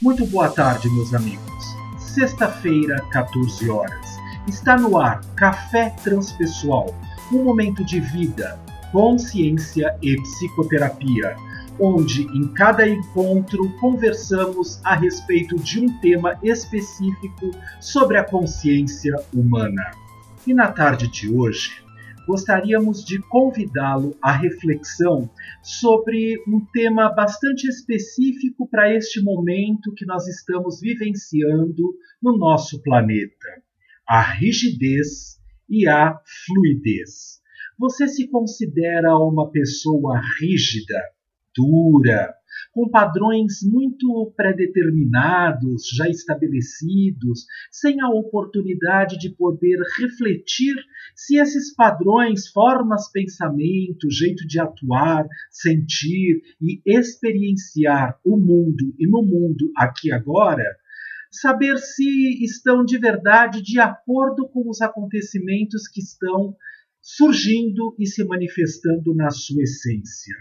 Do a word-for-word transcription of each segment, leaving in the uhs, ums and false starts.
Muito boa tarde, meus amigos. Sexta-feira, quatorze horas. Está no ar Café Transpessoal, um momento de vida, consciência e psicoterapia, onde em cada encontro conversamos a respeito de um tema específico sobre a consciência humana. E na tarde de hoje, gostaríamos de convidá-lo à reflexão sobre um tema bastante específico para este momento que nós estamos vivenciando no nosso planeta: a rigidez e a fluidez. Você se considera uma pessoa rígida, dura, com padrões muito pré-determinados, já estabelecidos, sem a oportunidade de poder refletir se esses padrões, formas, pensamento, jeito de atuar, sentir e experienciar o mundo e no mundo aqui agora, saber se estão de verdade de acordo com os acontecimentos que estão surgindo e se manifestando na sua essência.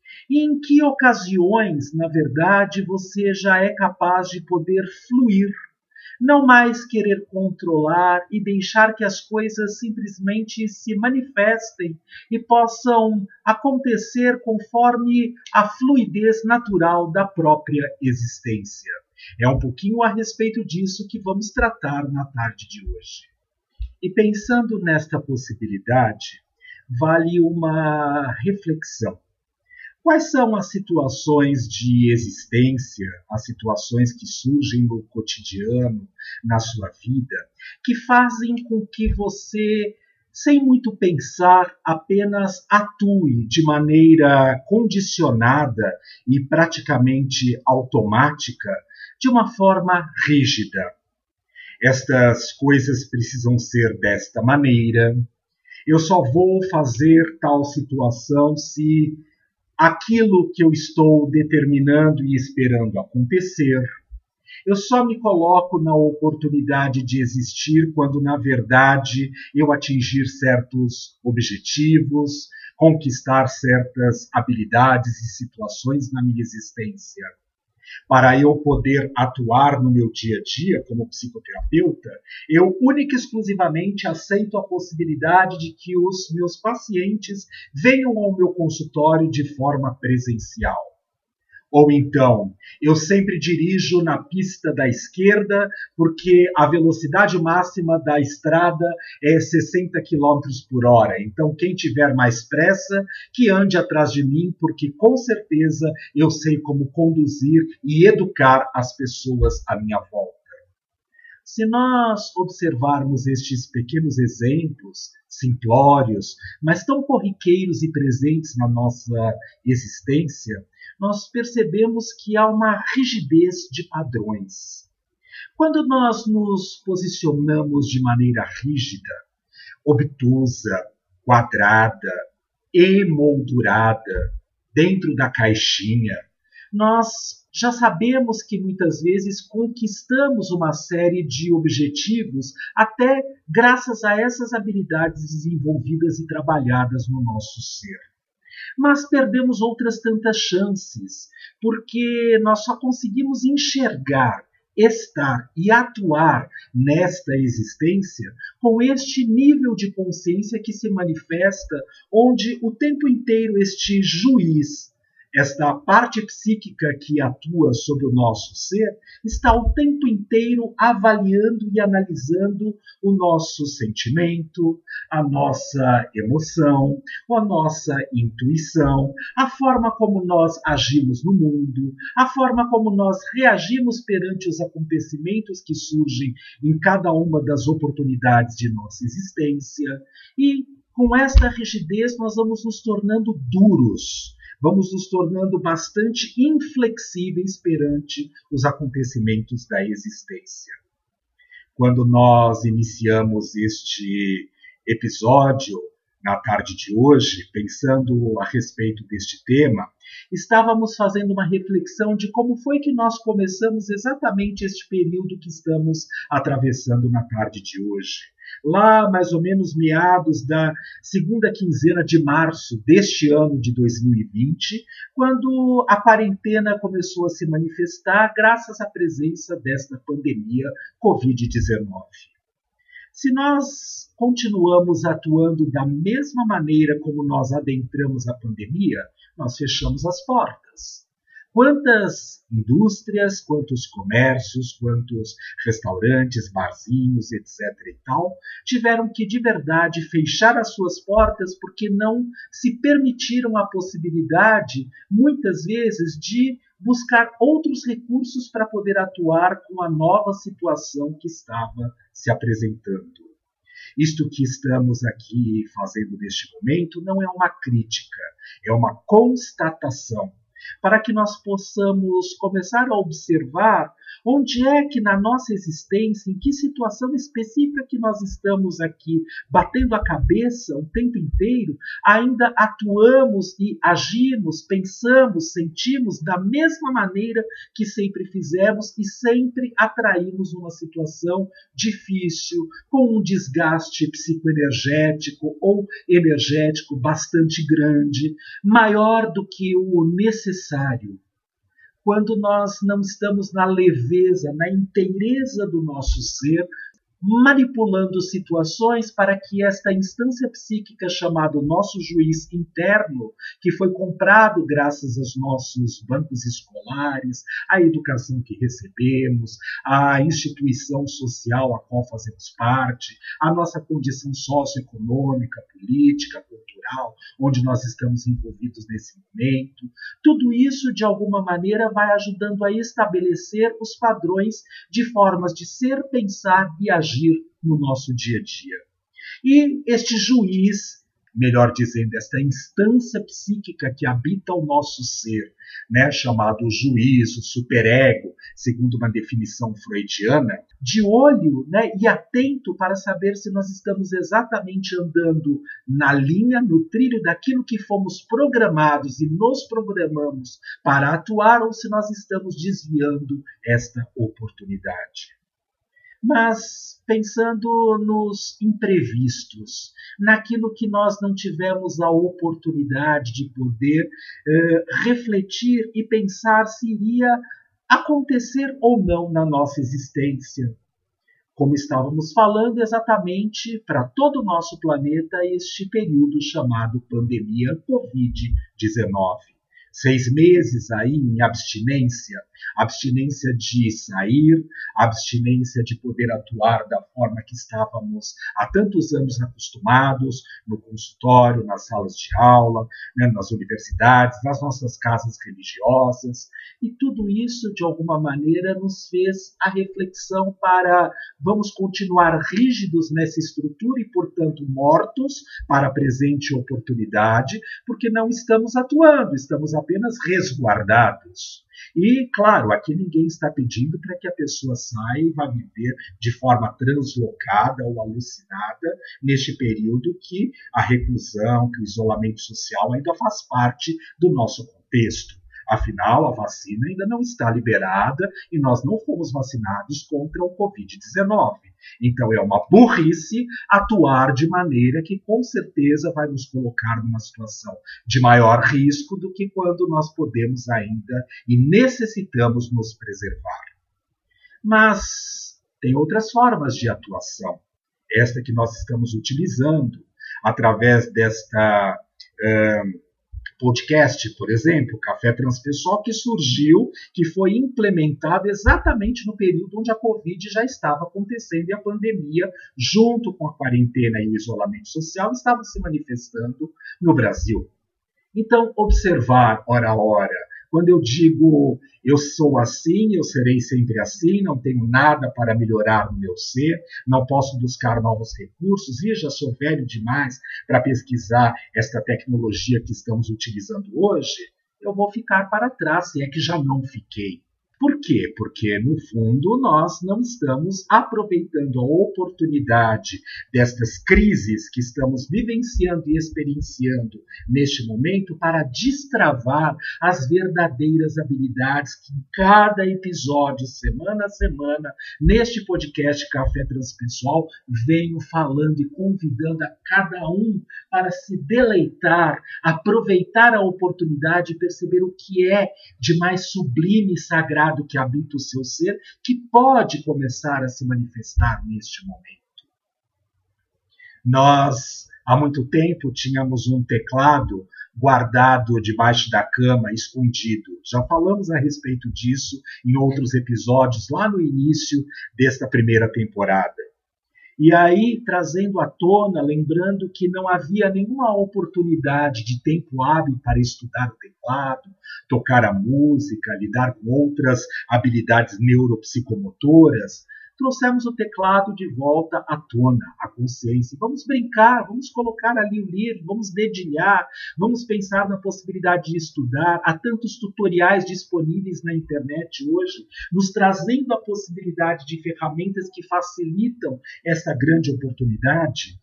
E em que ocasiões, na verdade, você já é capaz de poder fluir, não mais querer controlar e deixar que as coisas simplesmente se manifestem e possam acontecer conforme a fluidez natural da própria existência. É um pouquinho a respeito disso que vamos tratar na tarde de hoje. E pensando nesta possibilidade, vale uma reflexão. Quais são as situações de existência, as situações que surgem no cotidiano, na sua vida, que fazem com que você, sem muito pensar, apenas atue de maneira condicionada e praticamente automática, de uma forma rígida? Estas coisas precisam ser desta maneira. Eu só vou fazer tal situação se aquilo que eu estou determinando e esperando acontecer. Eu só me coloco na oportunidade de existir quando, na verdade, eu atingir certos objetivos, conquistar certas habilidades e situações na minha existência. Para eu poder atuar no meu dia a dia como psicoterapeuta, eu única e exclusivamente aceito a possibilidade de que os meus pacientes venham ao meu consultório de forma presencial. Ou então, eu sempre dirijo na pista da esquerda, porque a velocidade máxima da estrada é sessenta quilômetros por hora. Então, quem tiver mais pressa, que ande atrás de mim, porque com certeza eu sei como conduzir e educar as pessoas à minha volta. Se nós observarmos estes pequenos exemplos, simplórios, mas tão corriqueiros e presentes na nossa existência, nós percebemos que há uma rigidez de padrões. Quando nós nos posicionamos de maneira rígida, obtusa, quadrada, emoldurada, dentro da caixinha, nós já sabemos que muitas vezes conquistamos uma série de objetivos até graças a essas habilidades desenvolvidas e trabalhadas no nosso ser. Mas perdemos outras tantas chances, porque nós só conseguimos enxergar, estar e atuar nesta existência com este nível de consciência que se manifesta, onde o tempo inteiro este juiz, esta parte psíquica que atua sobre o nosso ser, está o tempo inteiro avaliando e analisando o nosso sentimento, a nossa emoção, a nossa intuição, a forma como nós agimos no mundo, a forma como nós reagimos perante os acontecimentos que surgem em cada uma das oportunidades de nossa existência. E com esta rigidez nós vamos nos tornando duros, vamos nos tornando bastante inflexíveis perante os acontecimentos da existência. Quando nós iniciamos este episódio, na tarde de hoje, pensando a respeito deste tema, estávamos fazendo uma reflexão de como foi que nós começamos exatamente este período que estamos atravessando na tarde de hoje. lá mais ou menos meados da segunda quinzena de março deste ano de dois mil e vinte, quando a quarentena começou a se manifestar graças à presença desta pandemia covid dezenove. Se nós continuamos atuando da mesma maneira como nós adentramos a pandemia, nós fechamos as portas. Quantas indústrias, quantos comércios, quantos restaurantes, barzinhos, etc e tal, tiveram que de verdade fechar as suas portas porque não se permitiram a possibilidade, muitas vezes, de buscar outros recursos para poder atuar com a nova situação que estava se apresentando. Isto que estamos aqui fazendo neste momento não é uma crítica, é uma constatação, para que nós possamos começar a observar onde é que na nossa existência, em que situação específica que nós estamos aqui batendo a cabeça o tempo inteiro, ainda atuamos e agimos, pensamos, sentimos da mesma maneira que sempre fizemos e sempre atraímos uma situação difícil, com um desgaste psicoenergético ou energético bastante grande, maior do que o necessário. Quando nós não estamos na leveza, na inteireza do nosso ser, manipulando situações para que esta instância psíquica chamada nosso juiz interno, que foi comprado graças aos nossos bancos escolares, à educação que recebemos, à instituição social a qual fazemos parte, à nossa condição socioeconômica, política, cultural, onde nós estamos envolvidos nesse momento, tudo isso, de alguma maneira, vai ajudando a estabelecer os padrões de formas de ser, pensar e agir no nosso dia a dia. E este juiz, melhor dizendo, esta instância psíquica que habita o nosso ser, né, chamado juiz, o superego, segundo uma definição freudiana, de olho, né, e atento para saber se nós estamos exatamente andando na linha, no trilho daquilo que fomos programados e nos programamos para atuar, ou se nós estamos desviando esta oportunidade. Mas pensando nos imprevistos, naquilo que nós não tivemos a oportunidade de poder eh, refletir e pensar se iria acontecer ou não na nossa existência. Como estávamos falando, exatamente para todo o nosso planeta, este período chamado pandemia covid dezenove. Seis meses aí em abstinência, abstinência de sair, abstinência de poder atuar da forma que estávamos há tantos anos acostumados, no consultório, nas salas de aula, né, nas universidades, nas nossas casas religiosas, e tudo isso, de alguma maneira, nos fez a reflexão para vamos continuar rígidos nessa estrutura e, portanto, mortos para a presente oportunidade, porque não estamos atuando, estamos apenas resguardados. E, claro, aqui ninguém está pedindo para que a pessoa saia e vá viver de forma translocada ou alucinada neste período que a reclusão, que o isolamento social ainda faz parte do nosso contexto. Afinal, a vacina ainda não está liberada e nós não fomos vacinados contra o covid dezenove. Então, é uma burrice atuar de maneira que, com certeza, vai nos colocar numa situação de maior risco do que quando nós podemos ainda e necessitamos nos preservar. Mas tem outras formas de atuação. Esta que nós estamos utilizando através desta Uh, podcast, por exemplo, Café Transpessoal, que surgiu, que foi implementado exatamente no período onde a Covid já estava acontecendo e a pandemia, junto com a quarentena e o isolamento social, estavam se manifestando no Brasil. Então, observar, hora a hora, quando eu digo eu sou assim, eu serei sempre assim, não tenho nada para melhorar no meu ser, não posso buscar novos recursos, e já sou velho demais para pesquisar esta tecnologia que estamos utilizando hoje, eu vou ficar para trás, se é que já não fiquei. Por quê? Porque, no fundo, nós não estamos aproveitando a oportunidade destas crises que estamos vivenciando e experienciando neste momento para destravar as verdadeiras habilidades que em cada episódio, semana a semana, neste podcast Café Transpessoal, venho falando e convidando a cada um para se deleitar, aproveitar a oportunidade e perceber o que é de mais sublime e sagrado que habita o seu ser, que pode começar a se manifestar neste momento. Nós, há muito tempo, tínhamos um teclado guardado debaixo da cama, escondido. Já falamos a respeito disso em outros episódios, lá no início desta primeira temporada. E aí, trazendo à tona, lembrando que não havia nenhuma oportunidade de tempo hábil para estudar o teclado, tocar a música, lidar com outras habilidades neuropsicomotoras, trouxemos o teclado de volta à tona, à consciência. Vamos brincar, vamos colocar ali o livro, vamos dedilhar, vamos pensar na possibilidade de estudar. Há tantos tutoriais disponíveis na internet hoje, nos trazendo a possibilidade de ferramentas que facilitam essa grande oportunidade.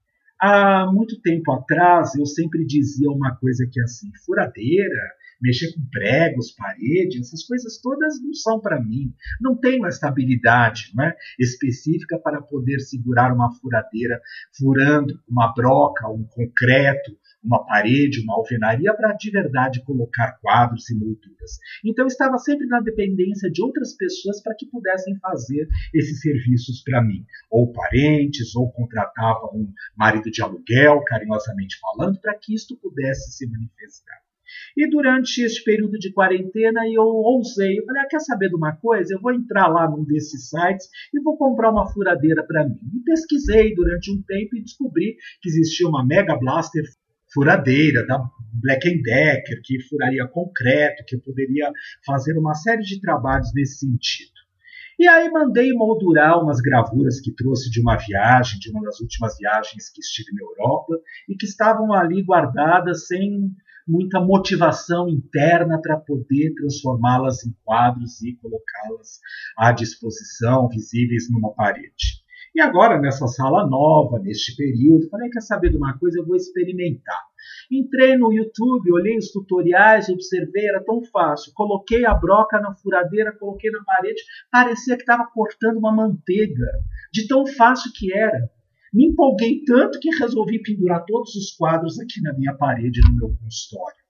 Há muito tempo atrás, eu sempre dizia uma coisa que é assim, furadeira, mexer com pregos, parede, essas coisas todas não são para mim. Não tenho essa habilidade, não é, específica para poder segurar uma furadeira, furando uma broca, um concreto, uma parede, uma alvenaria, para de verdade colocar quadros e molduras. Então, eu estava sempre na dependência de outras pessoas para que pudessem fazer esses serviços para mim. Ou parentes, ou contratava um marido de aluguel, carinhosamente falando, para que isto pudesse se manifestar. E durante este período de quarentena eu ousei, eu falei, ah, quer saber de uma coisa? Eu vou entrar lá num desses sites e vou comprar uma furadeira para mim. E pesquisei durante um tempo e descobri que existia uma Mega Blaster furadeira da Black and Decker, que furaria concreto, que poderia fazer uma série de trabalhos nesse sentido. E aí mandei moldurar umas gravuras que trouxe de uma viagem, de uma das últimas viagens que estive na Europa, e que estavam ali guardadas sem muita motivação interna para poder transformá-las em quadros e colocá-las à disposição, visíveis numa parede. E agora, nessa sala nova, neste período, falei, quer saber de uma coisa? Eu vou experimentar. Entrei no YouTube, olhei os tutoriais, observei, era tão fácil. Coloquei a broca na furadeira, coloquei na parede, parecia que estava cortando uma manteiga, de tão fácil que era. Me empolguei tanto que resolvi pendurar todos os quadros aqui na minha parede, no meu consultório.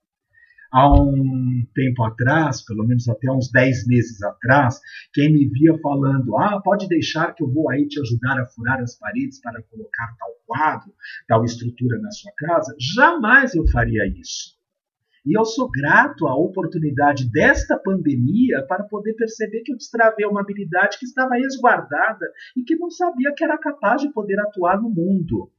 Há um tempo atrás, pelo menos até uns dez meses atrás, quem me via falando, ah, pode deixar que eu vou aí te ajudar a furar as paredes para colocar tal quadro, tal estrutura na sua casa, jamais eu faria isso. E eu sou grato à oportunidade desta pandemia para poder perceber que eu destravei uma habilidade que estava resguardada e que não sabia que era capaz de poder atuar no mundo.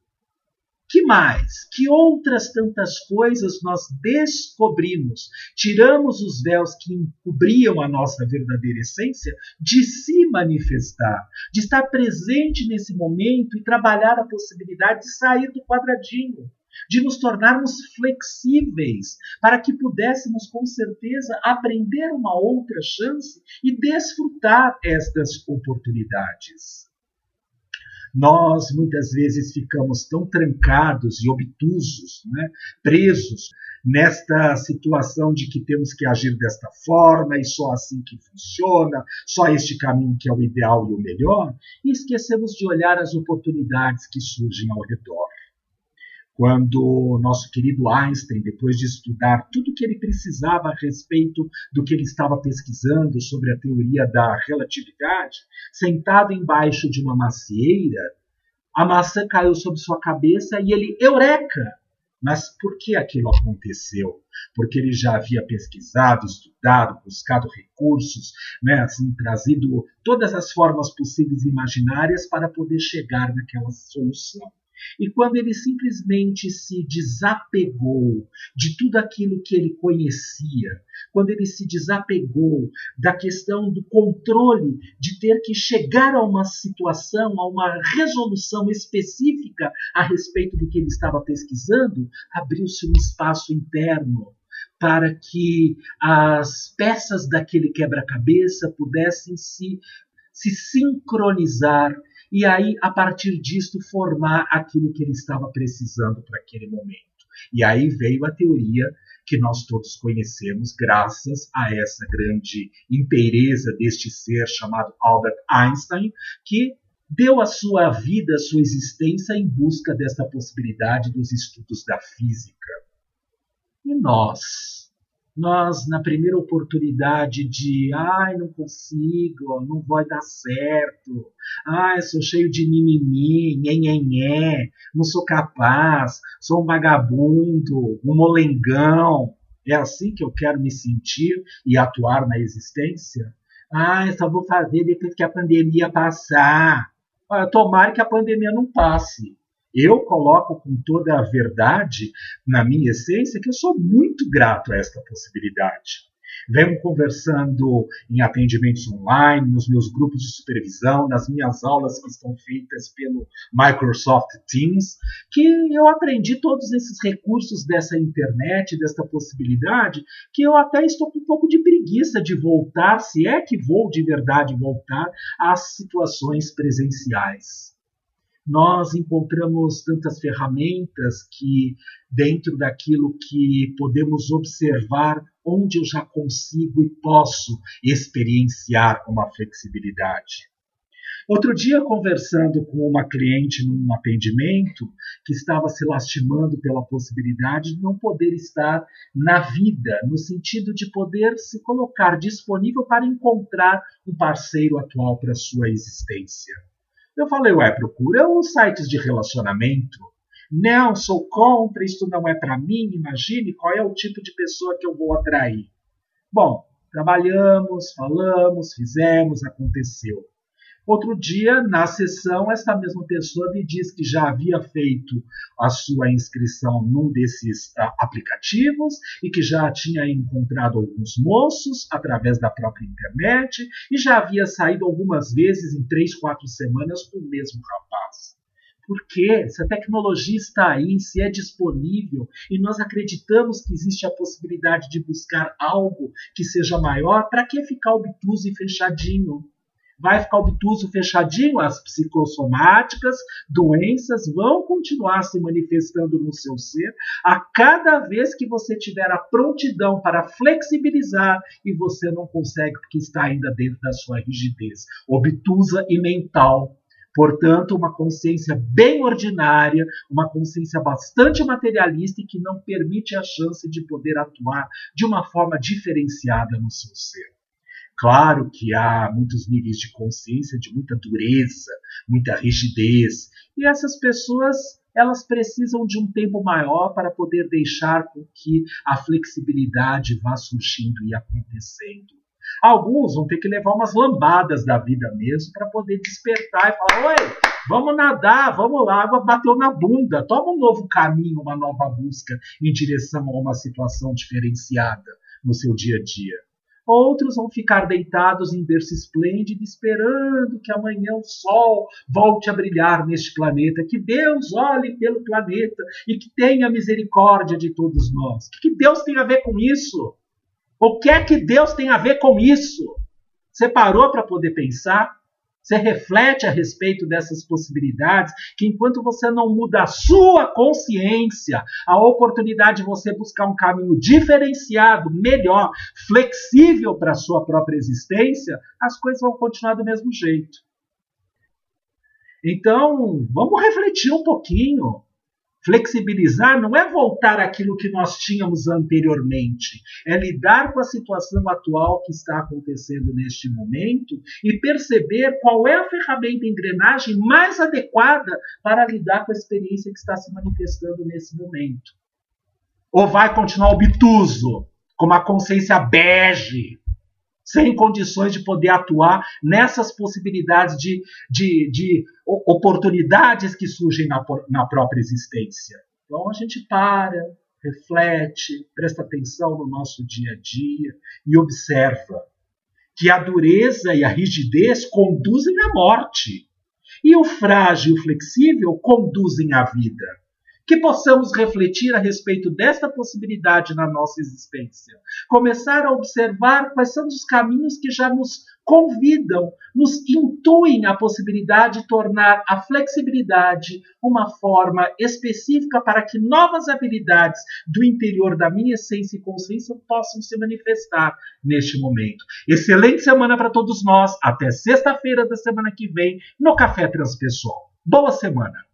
Que mais? Que outras tantas coisas nós descobrimos? Tiramos os véus que encobriam a nossa verdadeira essência de se manifestar, de estar presente nesse momento e trabalhar a possibilidade de sair do quadradinho, de nos tornarmos flexíveis, para que pudéssemos, com certeza, aprender uma outra chance e desfrutar estas oportunidades. Nós, muitas vezes, ficamos tão trancados e obtusos, né, presos nesta situação de que temos que agir desta forma e só assim que funciona, só este caminho que é o ideal e o melhor, e esquecemos de olhar as oportunidades que surgem ao redor. Quando nosso querido Einstein, depois de estudar tudo o que ele precisava a respeito do que ele estava pesquisando sobre a teoria da relatividade, sentado embaixo de uma macieira, a maçã caiu sobre sua cabeça e ele, eureka! Mas por que aquilo aconteceu? Porque ele já havia pesquisado, estudado, buscado recursos, né, assim, trazido todas as formas possíveis e imaginárias para poder chegar naquela solução. E quando ele simplesmente se desapegou de tudo aquilo que ele conhecia, quando ele se desapegou da questão do controle, de ter que chegar a uma situação, a uma resolução específica a respeito do que ele estava pesquisando, abriu-se um espaço interno, para que as peças daquele quebra-cabeça pudessem se, se sincronizar e aí, a partir disso, formar aquilo que ele estava precisando para aquele momento. E aí veio a teoria que nós todos conhecemos graças a essa grande inteireza deste ser chamado Albert Einstein, que deu a sua vida, a sua existência em busca dessa possibilidade dos estudos da física. E nós? Nós, na primeira oportunidade de ai, não consigo, não vai dar certo, ai, sou cheio de mimimi, nhenhenhé, não sou capaz, sou um vagabundo, um molengão, é assim que eu quero me sentir e atuar na existência? Ai, só vou fazer depois que a pandemia passar. Olha, tomara que a pandemia não passe. Eu coloco com toda a verdade, na minha essência, que eu sou muito grato a esta possibilidade. Venho conversando em atendimentos online, nos meus grupos de supervisão, nas minhas aulas que estão feitas pelo Microsoft Teams, que eu aprendi todos esses recursos dessa internet, desta possibilidade, que eu até estou com um pouco de preguiça de voltar, se é que vou de verdade voltar, às situações presenciais. Nós encontramos tantas ferramentas que, dentro daquilo que podemos observar, onde eu já consigo e posso experienciar uma flexibilidade. Outro dia, conversando com uma cliente num atendimento, que estava se lastimando pela possibilidade de não poder estar na vida, no sentido de poder se colocar disponível para encontrar um parceiro atual para a sua existência. Eu falei, ué, procura os sites de relacionamento. Não, sou contra, isso não é para mim, imagine qual é o tipo de pessoa que eu vou atrair. Bom, trabalhamos, falamos, fizemos, aconteceu. Outro dia, na sessão, esta mesma pessoa me disse que já havia feito a sua inscrição num desses uh, aplicativos e que já tinha encontrado alguns moços através da própria internet e já havia saído algumas vezes em três, quatro semanas com o mesmo rapaz. Por quê? Se a tecnologia está aí, se é disponível e nós acreditamos que existe a possibilidade de buscar algo que seja maior, para que ficar obtuso e fechadinho? Vai ficar obtuso, fechadinho, as psicossomáticas, doenças vão continuar se manifestando no seu ser a cada vez que você tiver a prontidão para flexibilizar e você não consegue porque está ainda dentro da sua rigidez obtusa e mental. Portanto, uma consciência bem ordinária, uma consciência bastante materialista e que não permite a chance de poder atuar de uma forma diferenciada no seu ser. Claro que há muitos níveis de consciência, de muita dureza, muita rigidez. E essas pessoas, elas precisam de um tempo maior para poder deixar com que a flexibilidade vá surgindo e acontecendo. Alguns vão ter que levar umas lambadas da vida mesmo para poder despertar e falar, oi, vamos nadar, vamos lá, água bateu na bunda, toma um novo caminho, uma nova busca em direção a uma situação diferenciada no seu dia a dia. Outros vão ficar deitados em berço esplêndido, esperando que amanhã o sol volte a brilhar neste planeta, que Deus olhe pelo planeta e que tenha misericórdia de todos nós. O que Deus tem a ver com isso? O que é que Deus tem a ver com isso? Você parou para poder pensar? Você reflete a respeito dessas possibilidades, que enquanto você não muda a sua consciência, a oportunidade de você buscar um caminho diferenciado, melhor, flexível para a sua própria existência, as coisas vão continuar do mesmo jeito. Então, vamos refletir um pouquinho. Flexibilizar não é voltar àquilo que nós tínhamos anteriormente, é lidar com a situação atual que está acontecendo neste momento e perceber qual é a ferramenta, a engrenagem mais adequada para lidar com a experiência que está se manifestando nesse momento. Ou vai continuar obtuso, com uma consciência bege, sem condições de poder atuar nessas possibilidades de, de, de oportunidades que surgem na, na própria existência. Então a gente para, reflete, presta atenção no nosso dia a dia e observa que a dureza e a rigidez conduzem à morte e o frágil e o flexível conduzem à vida. que possamos refletir a respeito desta possibilidade na nossa existência. Começar a observar quais são os caminhos que já nos convidam, nos intuem a possibilidade de tornar a flexibilidade uma forma específica para que novas habilidades do interior da minha essência e consciência possam se manifestar neste momento. Excelente semana para todos nós. Até sexta-feira da semana que vem no Café Transpessoal. Boa semana!